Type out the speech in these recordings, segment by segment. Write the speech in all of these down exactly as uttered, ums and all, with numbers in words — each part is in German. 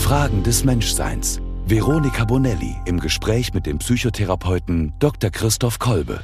Fragen des Menschseins. Veronika Bonelli im Gespräch mit dem Psychotherapeuten Doktor Christoph Kolbe.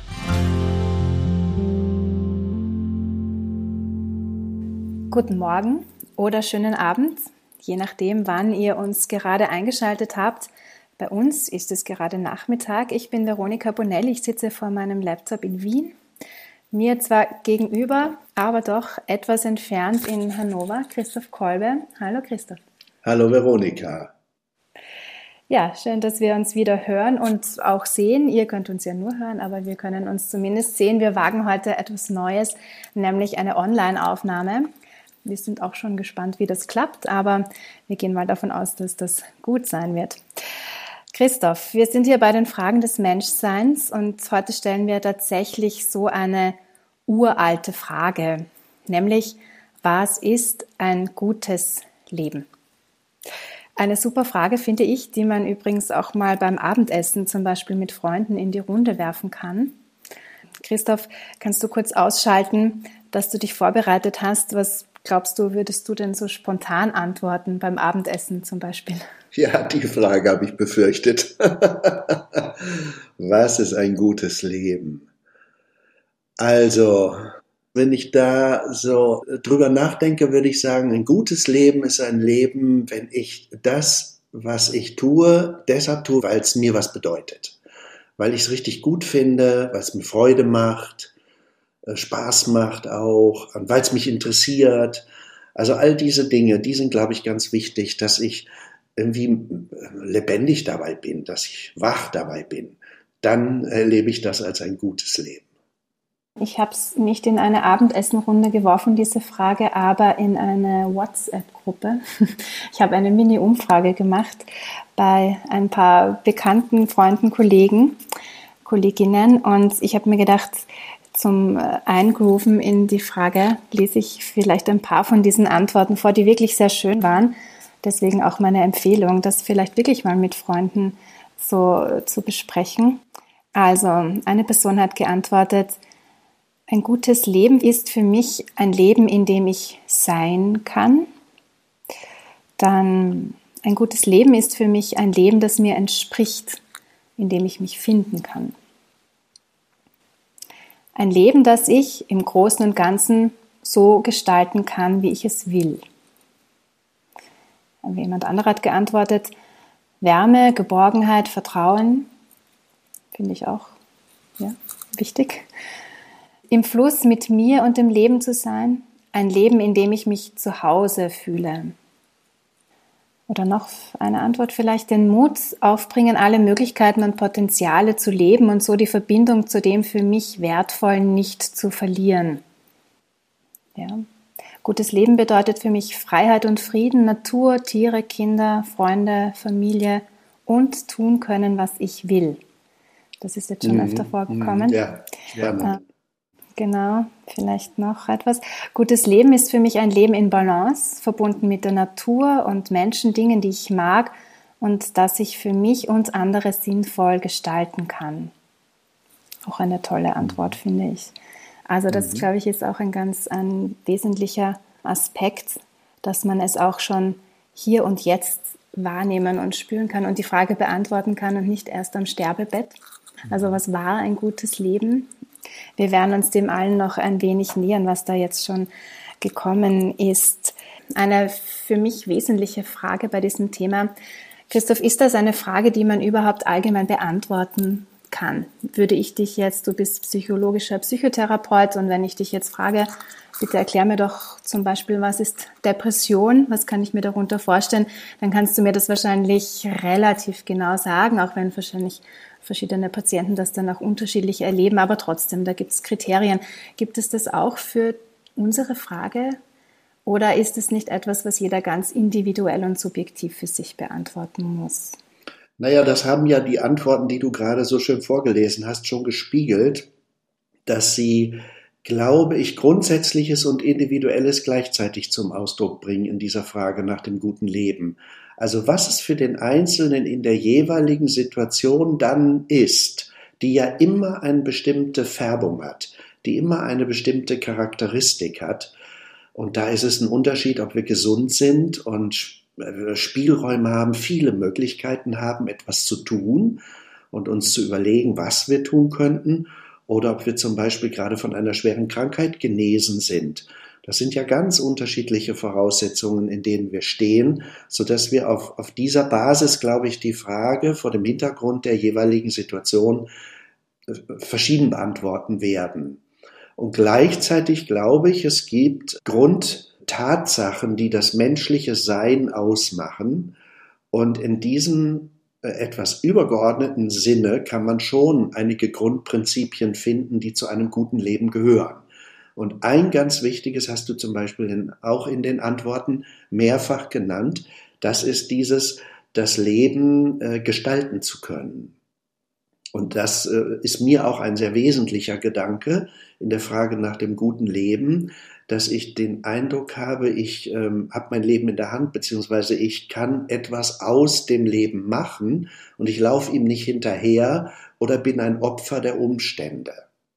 Guten Morgen oder schönen Abend, je nachdem, wann ihr uns gerade eingeschaltet habt. Bei uns ist es gerade Nachmittag. Ich bin Veronika Bonelli, ich sitze vor meinem Laptop in Wien. Mir zwar gegenüber, aber doch etwas entfernt in Hannover, Christoph Kolbe. Hallo Christoph. Hallo Veronika. Ja, schön, dass wir uns wieder hören und auch sehen. Ihr könnt uns ja nur hören, aber wir können uns zumindest sehen. Wir wagen heute etwas Neues, nämlich eine Online-Aufnahme. Wir sind auch schon gespannt, wie das klappt, aber wir gehen mal davon aus, dass das gut sein wird. Christoph, wir sind hier bei den Fragen des Menschseins und heute stellen wir tatsächlich so eine uralte Frage, nämlich, was ist ein gutes Leben? Eine super Frage, finde ich, die man übrigens auch mal beim Abendessen zum Beispiel mit Freunden in die Runde werfen kann. Christoph, kannst du kurz ausschalten, dass du dich vorbereitet hast? Was glaubst du, würdest du denn so spontan antworten beim Abendessen zum Beispiel? Ja, die Frage habe ich befürchtet. Was ist ein gutes Leben? Also, wenn ich da so drüber nachdenke, würde ich sagen, ein gutes Leben ist ein Leben, wenn ich das, was ich tue, deshalb tue, weil es mir was bedeutet. Weil ich es richtig gut finde, weil es mir Freude macht, Spaß macht auch, weil es mich interessiert. Also all diese Dinge, die sind, glaube ich, ganz wichtig, dass ich irgendwie lebendig dabei bin, dass ich wach dabei bin. Dann erlebe ich das als ein gutes Leben. Ich habe es nicht in eine Abendessenrunde geworfen, diese Frage, aber in eine WhatsApp-Gruppe. Ich habe eine Mini-Umfrage gemacht bei ein paar bekannten Freunden, Kollegen, Kolleginnen und ich habe mir gedacht, zum Eingrooven in die Frage lese ich vielleicht ein paar von diesen Antworten vor, die wirklich sehr schön waren. Deswegen auch meine Empfehlung, das vielleicht wirklich mal mit Freunden so zu besprechen. Also, eine Person hat geantwortet, ein gutes Leben ist für mich ein Leben, in dem ich sein kann. Dann, ein gutes Leben ist für mich ein Leben, das mir entspricht, in dem ich mich finden kann. Ein Leben, das ich im Großen und Ganzen so gestalten kann, wie ich es will. Jemand anderer hat geantwortet, Wärme, Geborgenheit, Vertrauen, finde ich auch ja, wichtig. Im Fluss mit mir und dem Leben zu sein, ein Leben, in dem ich mich zu Hause fühle. Oder noch eine Antwort vielleicht, den Mut aufbringen, alle Möglichkeiten und Potenziale zu leben und so die Verbindung zu dem für mich Wertvollen nicht zu verlieren. Ja. Gutes Leben bedeutet für mich Freiheit und Frieden, Natur, Tiere, Kinder, Freunde, Familie und tun können, was ich will. Das ist jetzt schon mhm. öfter vorgekommen. Ja, ja. Äh, genau, vielleicht noch etwas. Gutes Leben ist für mich ein Leben in Balance, verbunden mit der Natur und Menschen, Dingen, die ich mag und das ich für mich und andere sinnvoll gestalten kann. Auch eine tolle Antwort, finde ich. Also das, mhm. glaube ich, ist auch ein ganz ein wesentlicher Aspekt, dass man es auch schon hier und jetzt wahrnehmen und spüren kann und die Frage beantworten kann und nicht erst am Sterbebett. Also was war ein gutes Leben? Wir werden uns dem allen noch ein wenig nähern, was da jetzt schon gekommen ist. Eine für mich wesentliche Frage bei diesem Thema. Christoph, ist das eine Frage, die man überhaupt allgemein beantworten kann? Würde ich dich jetzt, du bist psychologischer Psychotherapeut und wenn ich dich jetzt frage, bitte erklär mir doch zum Beispiel, was ist Depression, was kann ich mir darunter vorstellen, dann kannst du mir das wahrscheinlich relativ genau sagen, auch wenn wahrscheinlich verschiedene Patienten das dann auch unterschiedlich erleben, aber trotzdem, da gibt es Kriterien. Gibt es das auch für unsere Frage oder ist es nicht etwas, was jeder ganz individuell und subjektiv für sich beantworten muss? Naja, das haben ja die Antworten, die du gerade so schön vorgelesen hast, schon gespiegelt, dass sie, glaube ich, Grundsätzliches und Individuelles gleichzeitig zum Ausdruck bringen in dieser Frage nach dem guten Leben. Also was es für den Einzelnen in der jeweiligen Situation dann ist, die ja immer eine bestimmte Färbung hat, die immer eine bestimmte Charakteristik hat. Und da ist es ein Unterschied, ob wir gesund sind und Spielräume haben, viele Möglichkeiten haben, etwas zu tun und uns zu überlegen, was wir tun könnten, oder ob wir zum Beispiel gerade von einer schweren Krankheit genesen sind. Das sind ja ganz unterschiedliche Voraussetzungen, in denen wir stehen, sodass wir auf, auf dieser Basis, glaube ich, die Frage vor dem Hintergrund der jeweiligen Situation verschieden beantworten werden. Und gleichzeitig glaube ich, es gibt Grundtatsachen, die das menschliche Sein ausmachen. Und in diesem etwas übergeordneten Sinne kann man schon einige Grundprinzipien finden, die zu einem guten Leben gehören. Und ein ganz wichtiges hast du zum Beispiel in, auch in den Antworten mehrfach genannt, das ist dieses, das Leben äh, gestalten zu können. Und das äh, ist mir auch ein sehr wesentlicher Gedanke in der Frage nach dem guten Leben, dass ich den Eindruck habe, ich ähm, habe mein Leben in der Hand, beziehungsweise ich kann etwas aus dem Leben machen und ich laufe ihm nicht hinterher oder bin ein Opfer der Umstände.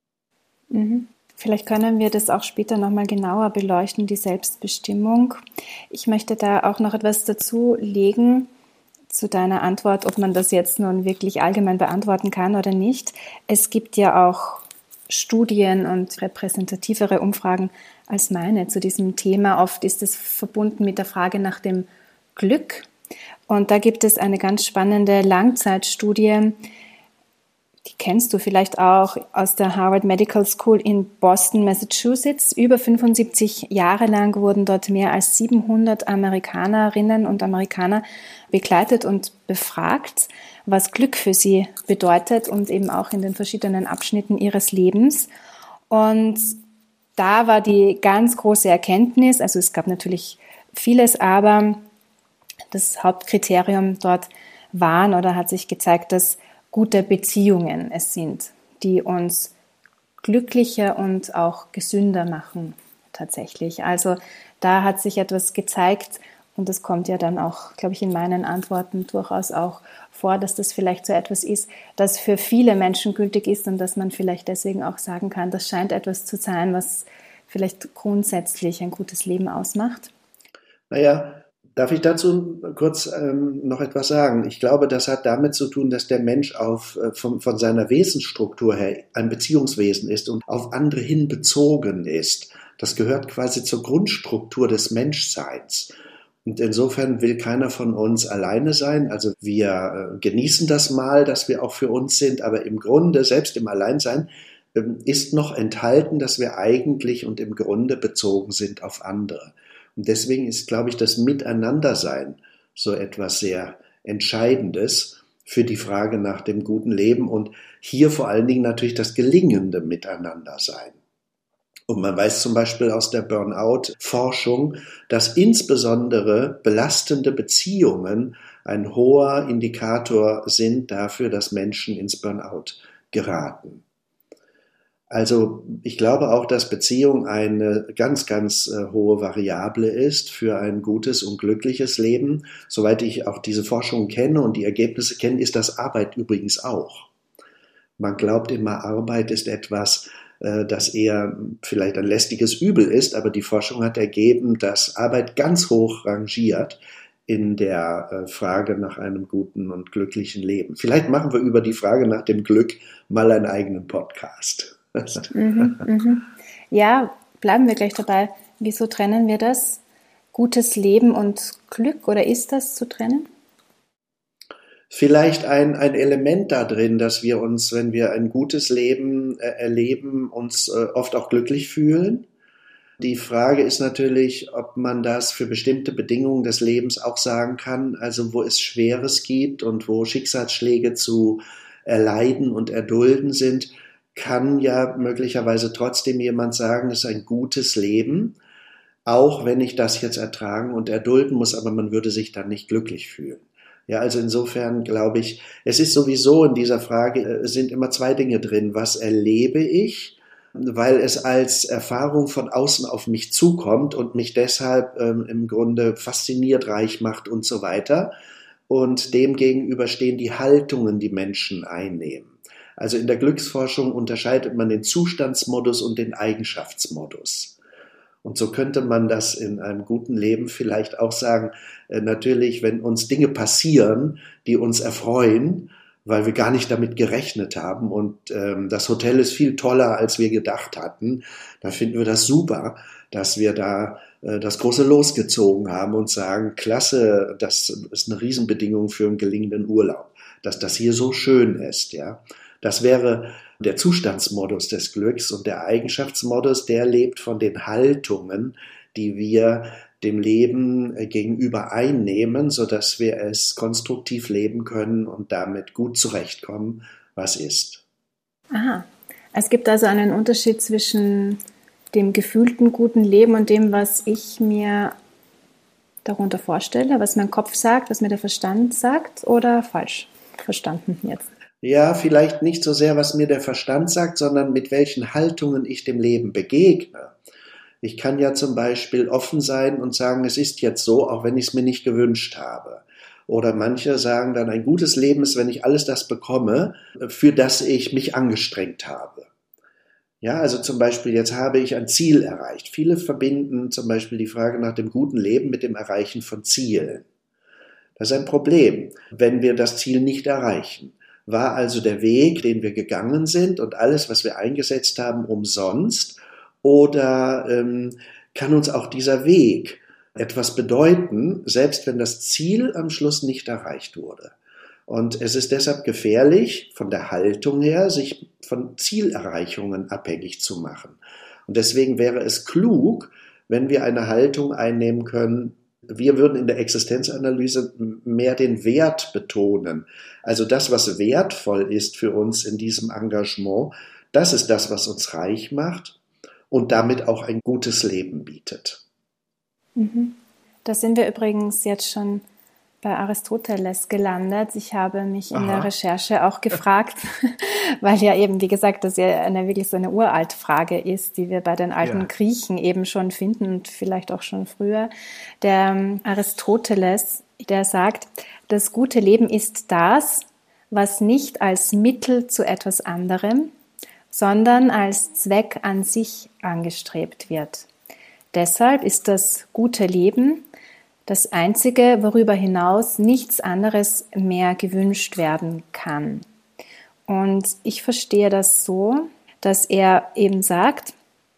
Mhm. Vielleicht können wir das auch später nochmal genauer beleuchten, die Selbstbestimmung. Ich möchte da auch noch etwas dazu legen zu deiner Antwort, ob man das jetzt nun wirklich allgemein beantworten kann oder nicht. Es gibt ja auch Studien und repräsentativere Umfragen als meine zu diesem Thema. Oft ist es verbunden mit der Frage nach dem Glück. Und da gibt es eine ganz spannende Langzeitstudie, die kennst du vielleicht auch aus der Harvard Medical School in Boston, Massachusetts. Über fünfundsiebzig Jahre lang wurden dort mehr als siebenhundert Amerikanerinnen und Amerikaner begleitet und befragt, was Glück für sie bedeutet und eben auch in den verschiedenen Abschnitten ihres Lebens. Und da war die ganz große Erkenntnis, also es gab natürlich vieles, aber das Hauptkriterium dort waren oder hat sich gezeigt, dass gute Beziehungen es sind, die uns glücklicher und auch gesünder machen tatsächlich. Also da hat sich etwas gezeigt und das kommt ja dann auch, glaube ich, in meinen Antworten durchaus auch vor, dass das vielleicht so etwas ist, das für viele Menschen gültig ist und dass man vielleicht deswegen auch sagen kann, das scheint etwas zu sein, was vielleicht grundsätzlich ein gutes Leben ausmacht. Naja, darf ich dazu kurz ähm, noch etwas sagen? Ich glaube, das hat damit zu tun, dass der Mensch auf, äh, von, von seiner Wesensstruktur her ein Beziehungswesen ist und auf andere hin bezogen ist. Das gehört quasi zur Grundstruktur des Menschseins. Und insofern will keiner von uns alleine sein. Also wir äh, genießen das mal, dass wir auch für uns sind, aber im Grunde, selbst im Alleinsein, äh, ist noch enthalten, dass wir eigentlich und im Grunde bezogen sind auf andere. Und deswegen ist, glaube ich, das Miteinandersein so etwas sehr Entscheidendes für die Frage nach dem guten Leben und hier vor allen Dingen natürlich das gelingende Miteinandersein. Und man weiß zum Beispiel aus der Burnout-Forschung, dass insbesondere belastende Beziehungen ein hoher Indikator sind dafür, dass Menschen ins Burnout geraten. Also ich glaube auch, dass Beziehung eine ganz, ganz äh, hohe Variable ist für ein gutes und glückliches Leben. Soweit ich auch diese Forschung kenne und die Ergebnisse kenne, ist das Arbeit übrigens auch. Man glaubt immer, Arbeit ist etwas, äh, das eher vielleicht ein lästiges Übel ist, aber die Forschung hat ergeben, dass Arbeit ganz hoch rangiert in der äh, Frage nach einem guten und glücklichen Leben. Vielleicht machen wir über die Frage nach dem Glück mal einen eigenen Podcast. Mhm, mhm. Ja, bleiben wir gleich dabei. Wieso trennen wir das? Gutes Leben und Glück, oder ist das zu trennen? Vielleicht ein, ein Element da drin, dass wir uns, wenn wir ein gutes Leben äh, erleben, uns äh, oft auch glücklich fühlen. Die Frage ist natürlich, ob man das für bestimmte Bedingungen des Lebens auch sagen kann, also wo es Schweres gibt und wo Schicksalsschläge zu erleiden und erdulden sind, kann ja möglicherweise trotzdem jemand sagen, es ist ein gutes Leben, auch wenn ich das jetzt ertragen und erdulden muss, aber man würde sich dann nicht glücklich fühlen. Ja, also insofern glaube ich, es ist sowieso in dieser Frage, es sind immer zwei Dinge drin. Was erlebe ich, weil es als Erfahrung von außen auf mich zukommt und mich deshalb ähm, im Grunde fasziniert, reich macht und so weiter. Und dem gegenüber stehen die Haltungen, die Menschen einnehmen. Also in der Glücksforschung unterscheidet man den Zustandsmodus und den Eigenschaftsmodus. Und so könnte man das in einem guten Leben vielleicht auch sagen, äh, natürlich, wenn uns Dinge passieren, die uns erfreuen, weil wir gar nicht damit gerechnet haben und ähm, das Hotel ist viel toller, als wir gedacht hatten, dann finden wir das super, dass wir da äh, das große Los gezogen haben und sagen, klasse, das ist eine Riesenbedingung für einen gelingenden Urlaub, dass das hier so schön ist, ja. Das wäre der Zustandsmodus des Glücks und der Eigenschaftsmodus, der lebt von den Haltungen, die wir dem Leben gegenüber einnehmen, sodass wir es konstruktiv leben können und damit gut zurechtkommen, was ist. Aha, es gibt also einen Unterschied zwischen dem gefühlten guten Leben und dem, was ich mir darunter vorstelle, was mein Kopf sagt, was mir der Verstand sagt, oder falsch verstanden jetzt? Ja, vielleicht nicht so sehr, was mir der Verstand sagt, sondern mit welchen Haltungen ich dem Leben begegne. Ich kann ja zum Beispiel offen sein und sagen, es ist jetzt so, auch wenn ich es mir nicht gewünscht habe. Oder manche sagen dann, ein gutes Leben ist, wenn ich alles das bekomme, für das ich mich angestrengt habe. Ja, also zum Beispiel, jetzt habe ich ein Ziel erreicht. Viele verbinden zum Beispiel die Frage nach dem guten Leben mit dem Erreichen von Zielen. Das ist ein Problem, wenn wir das Ziel nicht erreichen. War also der Weg, den wir gegangen sind und alles, was wir eingesetzt haben, umsonst? Oder ähm, kann uns auch dieser Weg etwas bedeuten, selbst wenn das Ziel am Schluss nicht erreicht wurde? Und es ist deshalb gefährlich, von der Haltung her, sich von Zielerreichungen abhängig zu machen. Und deswegen wäre es klug, wenn wir eine Haltung einnehmen können, wir würden in der Existenzanalyse mehr den Wert betonen. Also das, was wertvoll ist für uns in diesem Engagement, das ist das, was uns reich macht und damit auch ein gutes Leben bietet. Da sind wir übrigens jetzt schon bei Aristoteles gelandet. Ich habe mich in Aha. der Recherche auch gefragt, weil ja eben, wie gesagt, das ja eine wirklich so eine Uraltfrage ist, die wir bei den alten ja. Griechen eben schon finden und vielleicht auch schon früher. Der Aristoteles, der sagt, das gute Leben ist das, was nicht als Mittel zu etwas anderem, sondern als Zweck an sich angestrebt wird. Deshalb ist das gute Leben das Einzige, worüber hinaus nichts anderes mehr gewünscht werden kann. Und ich verstehe das so, dass er eben sagt,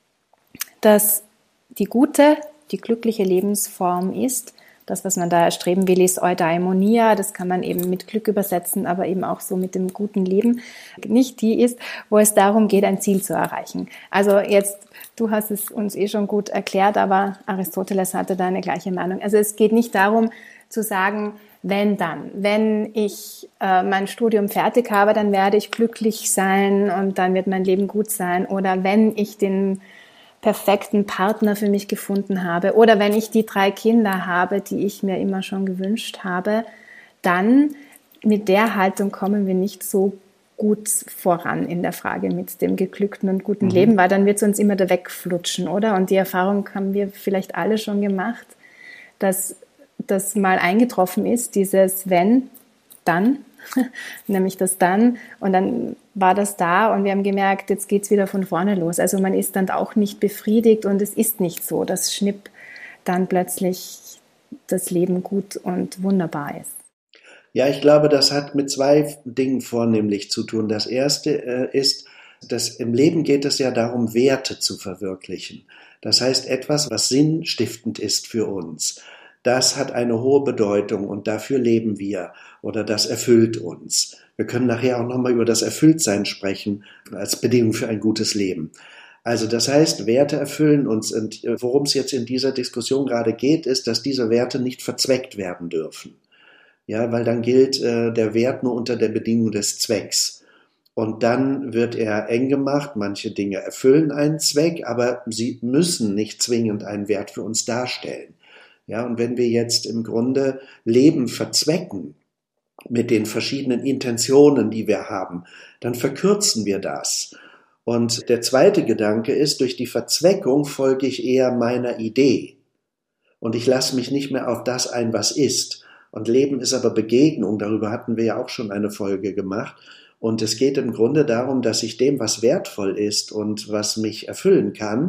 dass die gute, die glückliche Lebensform ist, das, was man da erstreben will, ist Eudaimonia, das kann man eben mit Glück übersetzen, aber eben auch so mit dem guten Leben, nicht die ist, wo es darum geht, ein Ziel zu erreichen. Also jetzt, du hast es uns eh schon gut erklärt, aber Aristoteles hatte da eine gleiche Meinung. Also es geht nicht darum zu sagen, wenn dann, wenn ich äh, mein Studium fertig habe, dann werde ich glücklich sein und dann wird mein Leben gut sein, oder wenn ich den perfekten Partner für mich gefunden habe oder wenn ich die drei Kinder habe, die ich mir immer schon gewünscht habe, dann mit der Haltung kommen wir nicht so gut voran in der Frage mit dem geglückten und guten mhm. Leben, weil dann wird es uns immer da wegflutschen, oder? Und die Erfahrung haben wir vielleicht alle schon gemacht, dass das mal eingetroffen ist, dieses wenn, dann, nämlich das dann, und dann war das da und wir haben gemerkt, jetzt geht's wieder von vorne los. Also man ist dann auch nicht befriedigt und es ist nicht so, dass schnipp dann plötzlich das Leben gut und wunderbar ist. Ja, ich glaube, das hat mit zwei Dingen vornehmlich zu tun. Das erste äh, ist, dass im Leben geht es ja darum, Werte zu verwirklichen. Das heißt, etwas, was sinnstiftend ist für uns. Das hat eine hohe Bedeutung und dafür leben wir oder das erfüllt uns. Wir können nachher auch nochmal über das Erfülltsein sprechen als Bedingung für ein gutes Leben. Also das heißt, Werte erfüllen uns und worum es jetzt in dieser Diskussion gerade geht, ist, dass diese Werte nicht verzweckt werden dürfen. Ja, weil dann gilt äh, der Wert nur unter der Bedingung des Zwecks. Und dann wird er eng gemacht. Manche Dinge erfüllen einen Zweck, aber sie müssen nicht zwingend einen Wert für uns darstellen. Ja, und wenn wir jetzt im Grunde Leben verzwecken mit den verschiedenen Intentionen, die wir haben, dann verkürzen wir das. Und der zweite Gedanke ist, durch die Verzweckung folge ich eher meiner Idee. Und ich lasse mich nicht mehr auf das ein, was ist. Und Leben ist aber Begegnung, darüber hatten wir ja auch schon eine Folge gemacht. Und es geht im Grunde darum, dass ich dem, was wertvoll ist und was mich erfüllen kann,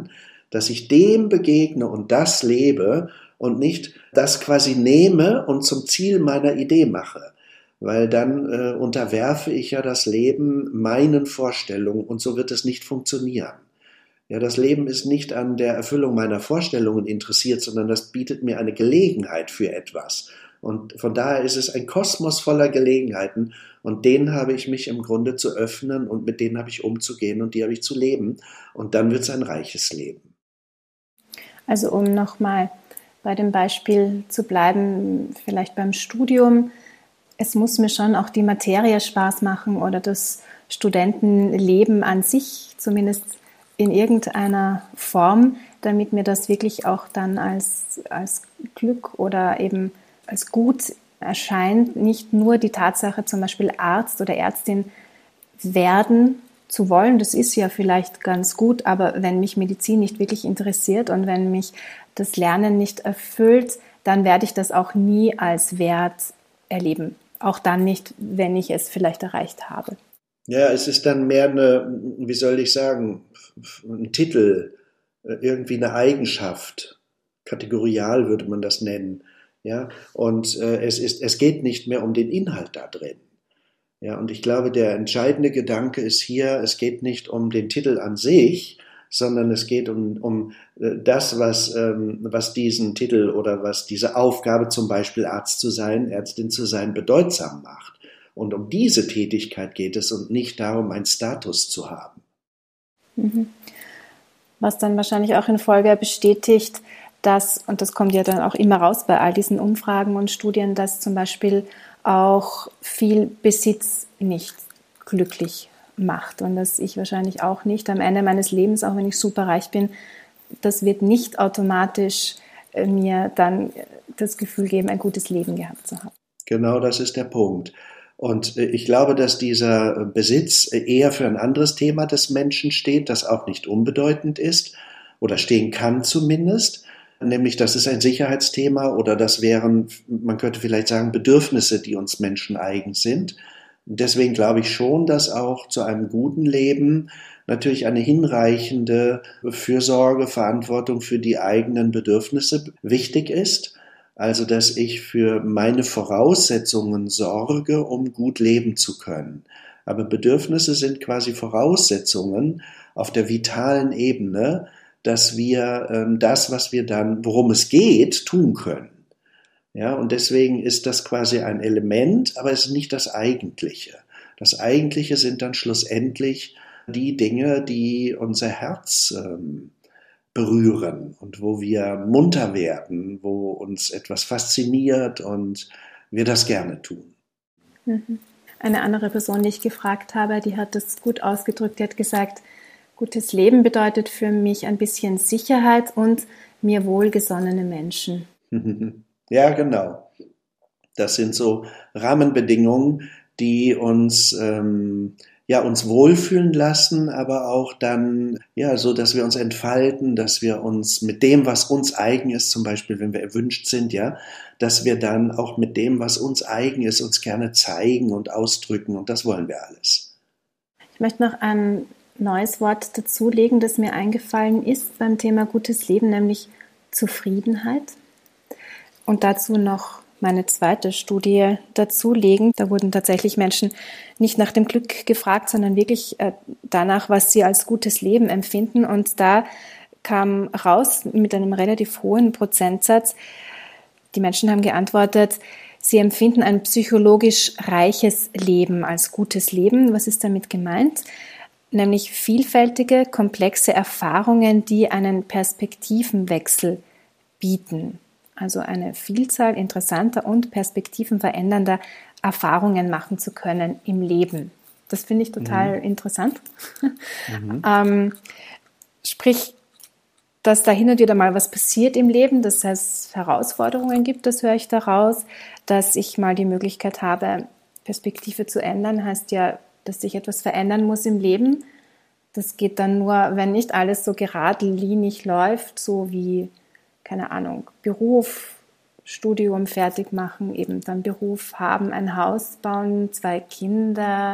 dass ich dem begegne und das lebe und nicht das quasi nehme und zum Ziel meiner Idee mache. Weil dann äh, unterwerfe ich ja das Leben meinen Vorstellungen und so wird es nicht funktionieren. Ja, das Leben ist nicht an der Erfüllung meiner Vorstellungen interessiert, sondern das bietet mir eine Gelegenheit für etwas. Und von daher ist es ein Kosmos voller Gelegenheiten und denen habe ich mich im Grunde zu öffnen und mit denen habe ich umzugehen und die habe ich zu leben und dann wird es ein reiches Leben. Also um nochmal bei dem Beispiel zu bleiben, vielleicht beim Studium, es muss mir schon auch die Materie Spaß machen oder das Studentenleben an sich, zumindest in irgendeiner Form, damit mir das wirklich auch dann als, als Glück oder eben als gut erscheint, nicht nur die Tatsache, zum Beispiel Arzt oder Ärztin werden zu wollen, das ist ja vielleicht ganz gut, aber wenn mich Medizin nicht wirklich interessiert und wenn mich das Lernen nicht erfüllt, dann werde ich das auch nie als Wert erleben. Auch dann nicht, wenn ich es vielleicht erreicht habe. Ja, es ist dann mehr eine, wie soll ich sagen, ein Titel, irgendwie eine Eigenschaft. Kategorial würde man das nennen. Ja, und äh, es ist, es geht nicht mehr um den Inhalt da drin. Ja, und ich glaube, der entscheidende Gedanke ist hier, es geht nicht um den Titel an sich, sondern es geht um, um das, was, ähm, was diesen Titel oder was diese Aufgabe, zum Beispiel Arzt zu sein, Ärztin zu sein, bedeutsam macht. Und um diese Tätigkeit geht es und nicht darum, einen Status zu haben. Was dann wahrscheinlich auch in Folge bestätigt, dass, und das kommt ja dann auch immer raus bei all diesen Umfragen und Studien, dass zum Beispiel auch viel Besitz nicht glücklich macht und dass ich wahrscheinlich auch nicht am Ende meines Lebens, auch wenn ich super reich bin, das wird nicht automatisch mir dann das Gefühl geben, ein gutes Leben gehabt zu haben. Genau, das ist der Punkt. Und ich glaube, dass dieser Besitz eher für ein anderes Thema des Menschen steht, das auch nicht unbedeutend ist oder stehen kann zumindest, nämlich das ist ein Sicherheitsthema oder das wären, man könnte vielleicht sagen, Bedürfnisse, die uns Menschen eigen sind. Deswegen glaube ich schon, dass auch zu einem guten Leben natürlich eine hinreichende Fürsorge, Verantwortung für die eigenen Bedürfnisse wichtig ist. Also, dass ich für meine Voraussetzungen sorge, um gut leben zu können. Aber Bedürfnisse sind quasi Voraussetzungen auf der vitalen Ebene, dass wir ähm, das, was wir dann, worum es geht, tun können. Ja, und deswegen ist das quasi ein Element, aber es ist nicht das Eigentliche. Das Eigentliche sind dann schlussendlich die Dinge, die unser Herz ähm, berühren und wo wir munter werden, wo uns etwas fasziniert und wir das gerne tun. Eine andere Person, die ich gefragt habe, die hat das gut ausgedrückt, die hat gesagt, gutes Leben bedeutet für mich ein bisschen Sicherheit und mir wohlgesonnene Menschen. Ja, genau. Das sind so Rahmenbedingungen, die uns ähm, ja uns wohlfühlen lassen, aber auch dann ja so, dass wir uns entfalten, dass wir uns mit dem, was uns eigen ist, zum Beispiel, wenn wir erwünscht sind, ja, dass wir dann auch mit dem, was uns eigen ist, uns gerne zeigen und ausdrücken und das wollen wir alles. Ich möchte noch ein neues Wort dazulegen, das mir eingefallen ist beim Thema gutes Leben, nämlich Zufriedenheit. Und dazu noch meine zweite Studie dazulegen. Da wurden tatsächlich Menschen nicht nach dem Glück gefragt, sondern wirklich danach, was sie als gutes Leben empfinden. Und da kam raus mit einem relativ hohen Prozentsatz, die Menschen haben geantwortet, sie empfinden ein psychologisch reiches Leben als gutes Leben. Was ist damit gemeint? Nämlich vielfältige, komplexe Erfahrungen, die einen Perspektivenwechsel bieten. Also eine Vielzahl interessanter und perspektivenverändernder Erfahrungen machen zu können im Leben. Das finde ich total mhm. interessant. Mhm. ähm, sprich, dass da hin und wieder mal was passiert im Leben, dass es Herausforderungen gibt, das höre ich daraus. Dass ich mal die Möglichkeit habe, Perspektive zu ändern, heißt ja, dass sich etwas verändern muss im Leben. Das geht dann nur, wenn nicht alles so geradlinig läuft, so wie keine Ahnung, Beruf, Studium fertig machen, eben dann Beruf haben, ein Haus bauen, zwei Kinder,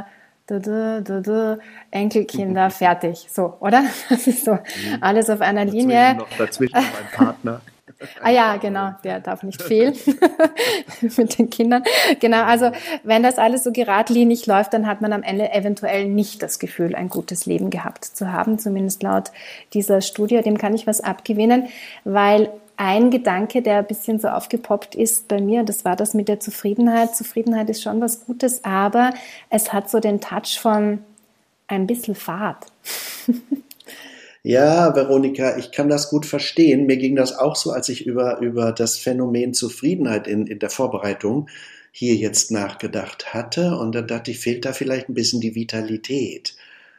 du, du, du, du, Enkelkinder, fertig. So, oder? Das ist so alles auf einer dazwischen Linie. Noch, dazwischen noch ein Partner. Ah ja, genau, der darf nicht fehlen mit den Kindern. Genau, also wenn das alles so geradlinig läuft, dann hat man am Ende eventuell nicht das Gefühl, ein gutes Leben gehabt zu haben, zumindest laut dieser Studie. Dem kann ich was abgewinnen, weil ein Gedanke, der ein bisschen so aufgepoppt ist bei mir, das war das mit der Zufriedenheit. Zufriedenheit ist schon was Gutes, aber es hat so den Touch von ein bisschen Fad. Ja, Veronika, ich kann das gut verstehen. Mir ging das auch so, als ich über, über das Phänomen Zufriedenheit in, in der Vorbereitung hier jetzt nachgedacht hatte. Und dann dachte ich, fehlt da vielleicht ein bisschen die Vitalität.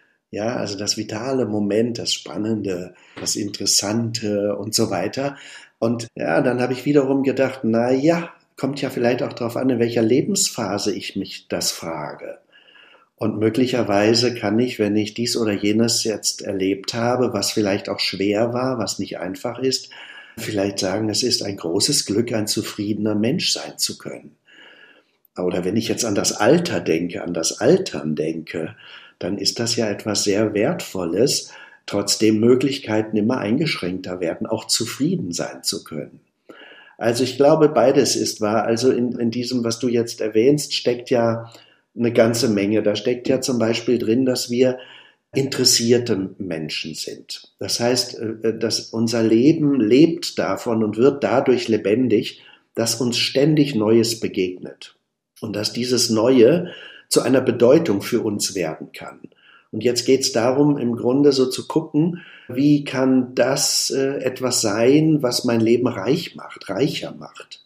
Ja, also das vitale Moment, das Spannende, das Interessante und so weiter. Und ja, dann habe ich wiederum gedacht, na ja, kommt ja vielleicht auch darauf an, in welcher Lebensphase ich mich das frage. Und möglicherweise kann ich, wenn ich dies oder jenes jetzt erlebt habe, was vielleicht auch schwer war, was nicht einfach ist, vielleicht sagen, es ist ein großes Glück, ein zufriedener Mensch sein zu können. Oder wenn ich jetzt an das Alter denke, an das Altern denke, dann ist das ja etwas sehr Wertvolles, trotzdem Möglichkeiten immer eingeschränkter werden, auch zufrieden sein zu können. Also ich glaube, beides ist wahr. Also in, in diesem, was du jetzt erwähnst, steckt ja eine ganze Menge. Da steckt ja zum Beispiel drin, dass wir interessierte Menschen sind. Das heißt, dass unser Leben lebt davon und wird dadurch lebendig, dass uns ständig Neues begegnet und dass dieses Neue zu einer Bedeutung für uns werden kann. Und jetzt geht es darum, im Grunde so zu gucken, wie kann das äh, etwas sein, was mein Leben reich macht, reicher macht.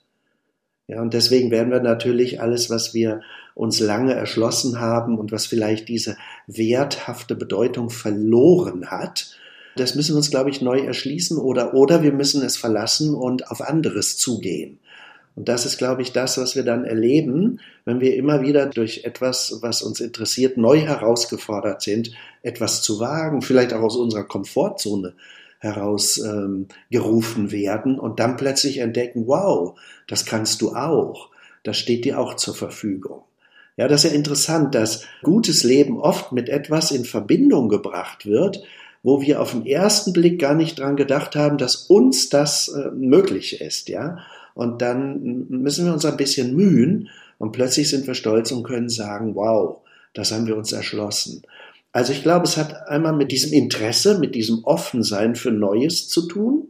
Ja, und deswegen werden wir natürlich alles, was wir uns lange erschlossen haben und was vielleicht diese werthafte Bedeutung verloren hat, das müssen wir uns, glaube ich, neu erschließen oder, oder wir müssen es verlassen und auf anderes zugehen. Und das ist, glaube ich, das, was wir dann erleben, wenn wir immer wieder durch etwas, was uns interessiert, neu herausgefordert sind, etwas zu wagen, vielleicht auch aus unserer Komfortzone heraus ähm, gerufen werden und dann plötzlich entdecken, wow, das kannst du auch, das steht dir auch zur Verfügung. Ja, das ist ja interessant, dass gutes Leben oft mit etwas in Verbindung gebracht wird, wo wir auf den ersten Blick gar nicht dran gedacht haben, dass uns das äh, möglich ist, ja. Und dann müssen wir uns ein bisschen mühen und plötzlich sind wir stolz und können sagen, wow, das haben wir uns erschlossen. Also ich glaube, es hat einmal mit diesem Interesse, mit diesem Offensein für Neues zu tun.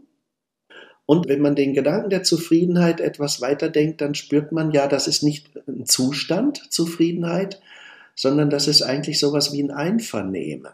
Und wenn man den Gedanken der Zufriedenheit etwas weiterdenkt, dann spürt man ja, das ist nicht ein Zustand, Zufriedenheit, sondern das ist eigentlich sowas wie ein Einvernehmen.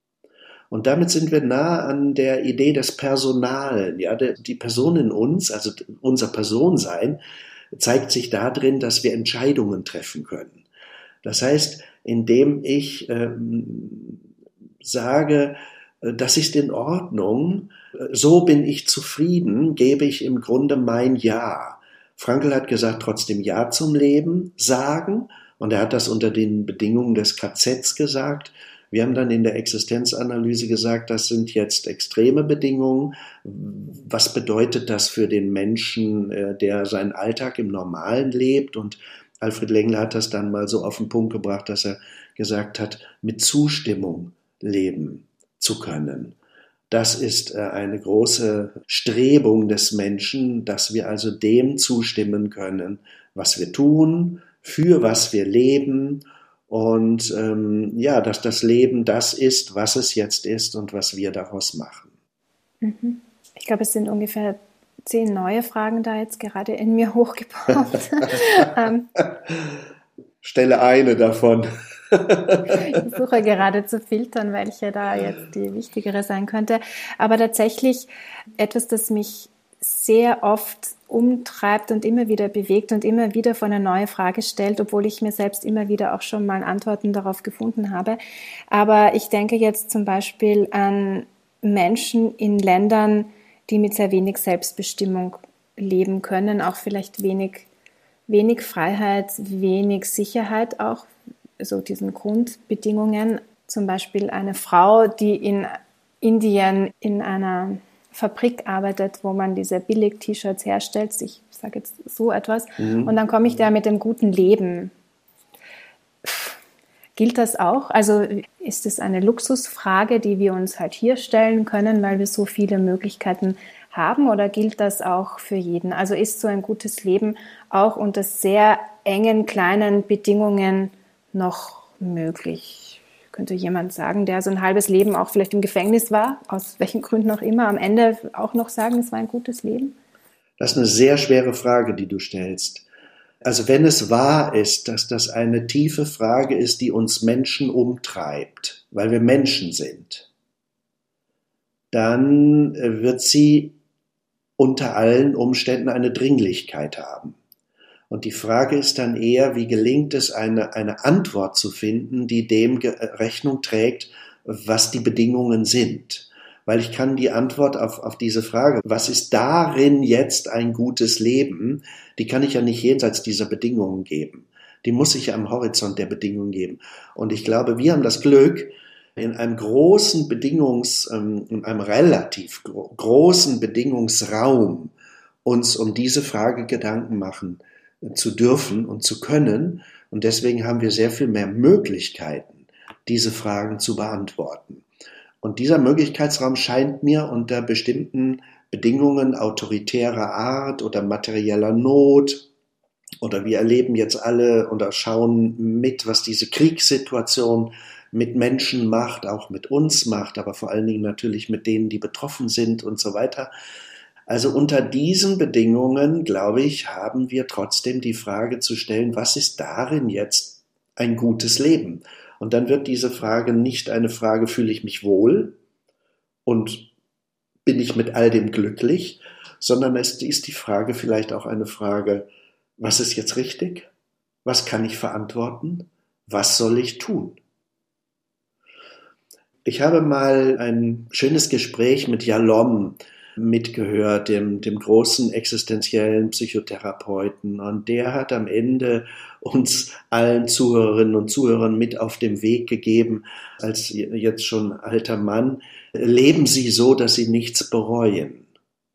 Und damit sind wir nah an der Idee des Personalen. Ja, die Person in uns, also unser Personsein, zeigt sich darin, dass wir Entscheidungen treffen können. Das heißt, indem ich ähm, sage, das ist in Ordnung, so bin ich zufrieden, gebe ich im Grunde mein Ja. Frankl hat gesagt, trotzdem Ja zum Leben sagen, und er hat das unter den Bedingungen des K Zs gesagt. Wir haben dann in der Existenzanalyse gesagt, das sind jetzt extreme Bedingungen. Was bedeutet das für den Menschen, der seinen Alltag im Normalen lebt? Und Alfred Längler hat das dann mal so auf den Punkt gebracht, dass er gesagt hat, mit Zustimmung leben zu können. Das ist eine große Strebung des Menschen, dass wir also dem zustimmen können, was wir tun, für was wir leben. Und ähm, ja, dass das Leben das ist, was es jetzt ist und was wir daraus machen. Ich glaube, es sind ungefähr zehn neue Fragen da jetzt gerade in mir hochgepoppt. ähm, Stelle eine davon. Ich suche gerade zu filtern, welche da jetzt die wichtigere sein könnte. Aber tatsächlich etwas, das mich sehr oft umtreibt und immer wieder bewegt und immer wieder vor eine neue Frage stellt, obwohl ich mir selbst immer wieder auch schon mal Antworten darauf gefunden habe. Aber ich denke jetzt zum Beispiel an Menschen in Ländern, die mit sehr wenig Selbstbestimmung leben können, auch vielleicht wenig, wenig Freiheit, wenig Sicherheit auch, so diesen Grundbedingungen. Zum Beispiel eine Frau, die in Indien in einer Fabrik arbeitet, wo man diese Billig-T-Shirts herstellt, ich sage jetzt so etwas, mhm. und dann komme ich da mit dem guten Leben. Gilt das auch? Also ist es eine Luxusfrage, die wir uns halt hier stellen können, weil wir so viele Möglichkeiten haben, oder gilt das auch für jeden? Also ist so ein gutes Leben auch unter sehr engen, kleinen Bedingungen noch möglich? Könnte jemand sagen, der so ein halbes Leben auch vielleicht im Gefängnis war, aus welchen Gründen auch immer, am Ende auch noch sagen, es war ein gutes Leben? Das ist eine sehr schwere Frage, die du stellst. Also wenn es wahr ist, dass das eine tiefe Frage ist, die uns Menschen umtreibt, weil wir Menschen sind, dann wird sie unter allen Umständen eine Dringlichkeit haben. Und die Frage ist dann eher, wie gelingt es, eine, eine Antwort zu finden, die dem Rechnung trägt, was die Bedingungen sind. Weil ich kann die Antwort auf, auf diese Frage, was ist darin jetzt ein gutes Leben, die kann ich ja nicht jenseits dieser Bedingungen geben. Die muss ich ja am Horizont der Bedingungen geben. Und ich glaube, wir haben das Glück, in einem großen Bedingungs, in einem relativ großen Bedingungsraum uns um diese Frage Gedanken machen zu dürfen und zu können. Und deswegen haben wir sehr viel mehr Möglichkeiten, diese Fragen zu beantworten. Und dieser Möglichkeitsraum scheint mir unter bestimmten Bedingungen autoritärer Art oder materieller Not, oder wir erleben jetzt alle oder schauen mit, was diese Kriegssituation mit Menschen macht, auch mit uns macht, aber vor allen Dingen natürlich mit denen, die betroffen sind und so weiter. Also unter diesen Bedingungen, glaube ich, haben wir trotzdem die Frage zu stellen, was ist darin jetzt ein gutes Leben? Und dann wird diese Frage nicht eine Frage, fühle ich mich wohl und bin ich mit all dem glücklich, sondern es ist die Frage vielleicht auch eine Frage, was ist jetzt richtig? Was kann ich verantworten? Was soll ich tun? Ich habe mal ein schönes Gespräch mit Yalom mitgehört, dem, dem großen existenziellen Psychotherapeuten. Und der hat am Ende uns allen Zuhörerinnen und Zuhörern mit auf den Weg gegeben, als jetzt schon alter Mann, leben Sie so, dass Sie nichts bereuen.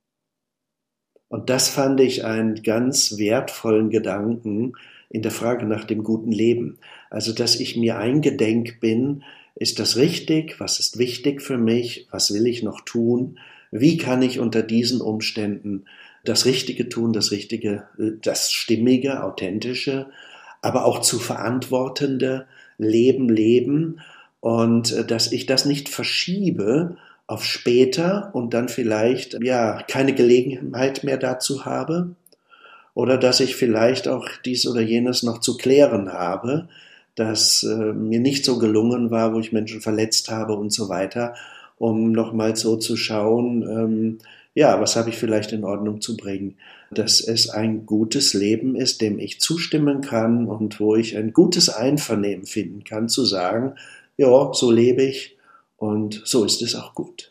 Und das fand ich einen ganz wertvollen Gedanken in der Frage nach dem guten Leben. Also, dass ich mir eingedenk bin, ist das richtig? Was ist wichtig für mich? Was will ich noch tun? Wie kann ich unter diesen Umständen das Richtige tun, das Richtige, das Stimmige, Authentische, aber auch zu verantwortende Leben leben und dass ich das nicht verschiebe auf später und dann vielleicht ja keine Gelegenheit mehr dazu habe oder dass ich vielleicht auch dies oder jenes noch zu klären habe, das äh, mir nicht so gelungen war, wo ich Menschen verletzt habe und so weiter, um nochmal so zu schauen, ähm, ja, was habe ich vielleicht in Ordnung zu bringen, dass es ein gutes Leben ist, dem ich zustimmen kann und wo ich ein gutes Einvernehmen finden kann, zu sagen, ja, so lebe ich und so ist es auch gut.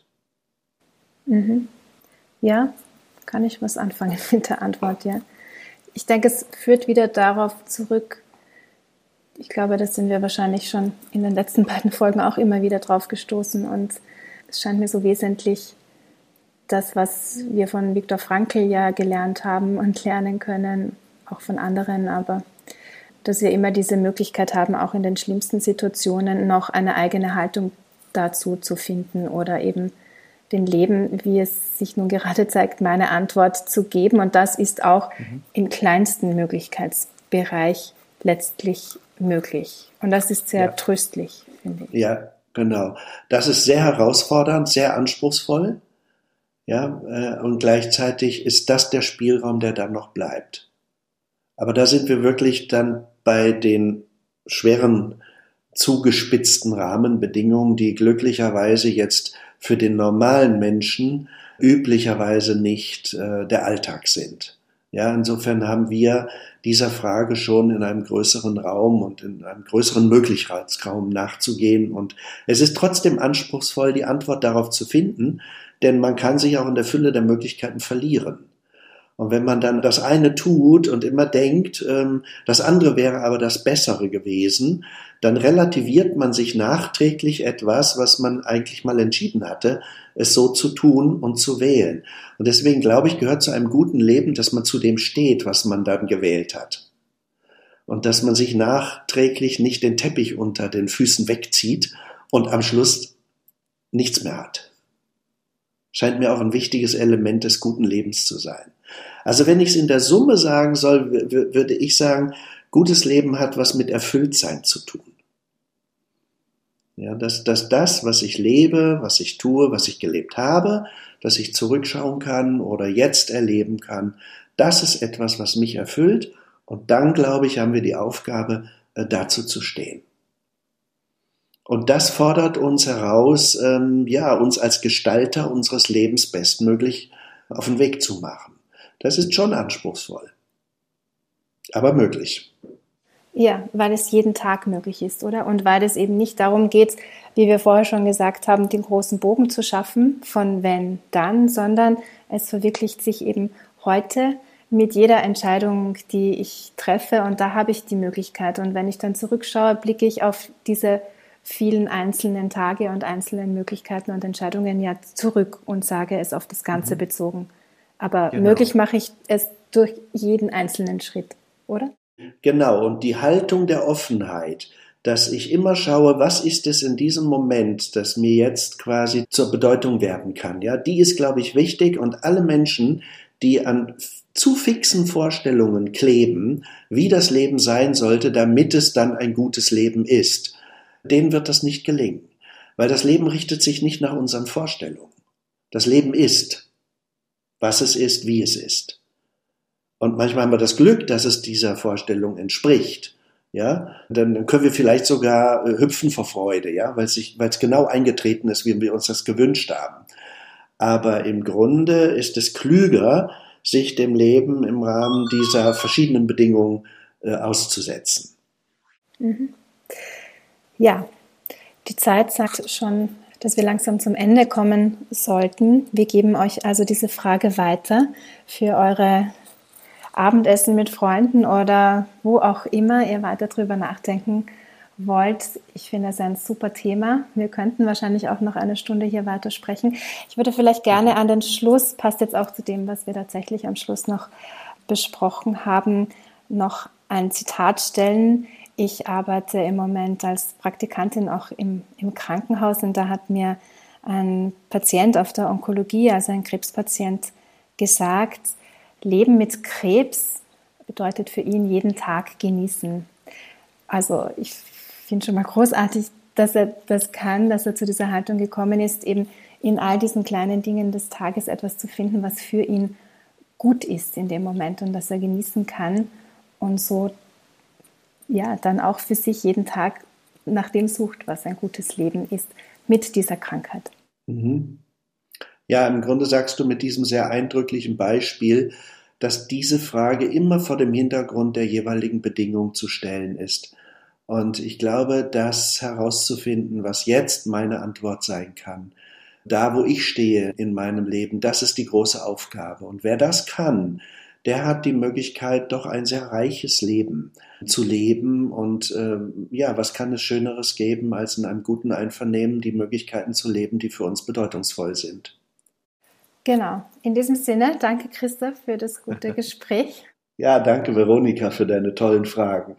Mhm. Ja, kann ich was anfangen mit der Antwort, ja. Ich denke, es führt wieder darauf zurück, ich glaube, da sind wir wahrscheinlich schon in den letzten beiden Folgen auch immer wieder drauf gestoßen und es scheint mir so wesentlich, das, was wir von Viktor Frankl ja gelernt haben und lernen können, auch von anderen, aber dass wir immer diese Möglichkeit haben, auch in den schlimmsten Situationen noch eine eigene Haltung dazu zu finden oder eben dem Leben, wie es sich nun gerade zeigt, meine Antwort zu geben. Und das ist auch mhm. im kleinsten Möglichkeitsbereich letztlich möglich. Und das ist sehr ja. tröstlich, finde ich. Ja, genau. Das ist sehr herausfordernd, sehr anspruchsvoll. Ja, äh, und gleichzeitig ist das der Spielraum, der dann noch bleibt. Aber da sind wir wirklich dann bei den schweren, zugespitzten Rahmenbedingungen, die glücklicherweise jetzt für den normalen Menschen üblicherweise nicht äh, der Alltag sind. Ja, insofern haben wir dieser Frage schon in einem größeren Raum und in einem größeren Möglichkeitsraum nachzugehen. Und es ist trotzdem anspruchsvoll, die Antwort darauf zu finden, denn man kann sich auch in der Fülle der Möglichkeiten verlieren. Und wenn man dann das eine tut und immer denkt, ähm, das andere wäre aber das Bessere gewesen, dann relativiert man sich nachträglich etwas, was man eigentlich mal entschieden hatte, es so zu tun und zu wählen. Und deswegen glaube ich, gehört zu einem guten Leben, dass man zu dem steht, was man dann gewählt hat. und dass man sich nachträglich nicht den Teppich unter den Füßen wegzieht und am Schluss nichts mehr hat. Scheint mir auch ein wichtiges Element des guten Lebens zu sein. Also wenn ich es in der Summe sagen soll, w- würde ich sagen, gutes Leben hat was mit Erfülltsein zu tun. Ja, dass, dass das, was ich lebe, was ich tue, was ich gelebt habe, dass ich zurückschauen kann oder jetzt erleben kann, das ist etwas, was mich erfüllt. Und dann, glaube ich, haben wir die Aufgabe, äh, dazu zu stehen. Und das fordert uns heraus, ähm, ja, uns als Gestalter unseres Lebens bestmöglich auf den Weg zu machen. Das ist schon anspruchsvoll, aber möglich. Ja, weil es jeden Tag möglich ist, oder? Und weil es eben nicht darum geht, wie wir vorher schon gesagt haben, den großen Bogen zu schaffen von wenn, dann, sondern es verwirklicht sich eben heute mit jeder Entscheidung, die ich treffe, und da habe ich die Möglichkeit. Und wenn ich dann zurückschaue, blicke ich auf diese vielen einzelnen Tage und einzelnen Möglichkeiten und Entscheidungen ja zurück und sage es auf das Ganze mhm. bezogen. Aber genau. möglich mache ich es durch jeden einzelnen Schritt, oder? Genau, und die Haltung der Offenheit, dass ich immer schaue, was ist es in diesem Moment, das mir jetzt quasi zur Bedeutung werden kann. Ja, die ist, glaube ich, wichtig, und alle Menschen, die an zu fixen Vorstellungen kleben, wie das Leben sein sollte, damit es dann ein gutes Leben ist, denen wird das nicht gelingen. Weil das Leben richtet sich nicht nach unseren Vorstellungen. Das Leben ist, was es ist, wie es ist. Und manchmal haben wir das Glück, dass es dieser Vorstellung entspricht. Ja, dann können wir vielleicht sogar äh, hüpfen vor Freude, ja, weil es sich, weil es genau eingetreten ist, wie wir uns das gewünscht haben. Aber im Grunde ist es klüger, sich dem Leben im Rahmen dieser verschiedenen Bedingungen äh, auszusetzen. Mhm. Ja, die Zeit sagt schon, dass wir langsam zum Ende kommen sollten. Wir geben euch also diese Frage weiter für eure Abendessen mit Freunden oder wo auch immer ihr weiter drüber nachdenken wollt. Ich finde es ein super Thema. Wir könnten wahrscheinlich auch noch eine Stunde hier weiter sprechen. Ich würde vielleicht gerne an den Schluss, passt jetzt auch zu dem, was wir tatsächlich am Schluss noch besprochen haben, noch ein Zitat stellen. Ich arbeite im Moment als Praktikantin auch im, im Krankenhaus, und da hat mir ein Patient auf der Onkologie, also ein Krebspatient, gesagt, Leben mit Krebs bedeutet für ihn jeden Tag genießen. Also ich finde schon mal großartig, dass er das kann, dass er zu dieser Haltung gekommen ist, eben in all diesen kleinen Dingen des Tages etwas zu finden, was für ihn gut ist in dem Moment und dass er genießen kann und so ja dann auch für sich jeden Tag nach dem sucht, was ein gutes Leben ist mit dieser Krankheit. Mhm. Ja, im Grunde sagst du mit diesem sehr eindrücklichen Beispiel, dass diese Frage immer vor dem Hintergrund der jeweiligen Bedingung zu stellen ist. Und ich glaube, das herauszufinden, was jetzt meine Antwort sein kann, da wo ich stehe in meinem Leben, das ist die große Aufgabe. Und wer das kann, der hat die Möglichkeit, doch ein sehr reiches Leben zu leben. Und ähm, ja, was kann es Schöneres geben, als in einem guten Einvernehmen die Möglichkeiten zu leben, die für uns bedeutungsvoll sind. Genau. In diesem Sinne, danke Christoph für das gute Gespräch. Ja, danke Veronika für deine tollen Fragen.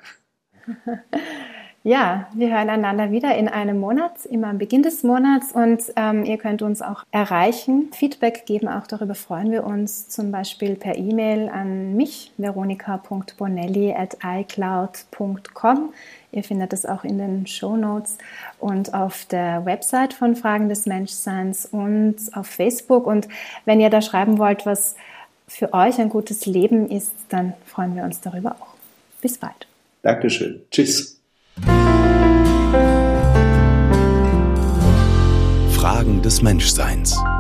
Ja, wir hören einander wieder in einem Monat, immer am Beginn des Monats, und ähm, ihr könnt uns auch erreichen, Feedback geben, auch darüber freuen wir uns, zum Beispiel per E-Mail an mich, veronika punkt bonelli at i cloud punkt com. Ihr findet es auch in den Shownotes und auf der Website von Fragen des Menschseins und auf Facebook. Und wenn ihr da schreiben wollt, was für euch ein gutes Leben ist, dann freuen wir uns darüber auch. Bis bald. Dankeschön. Tschüss. Fragen des Menschseins.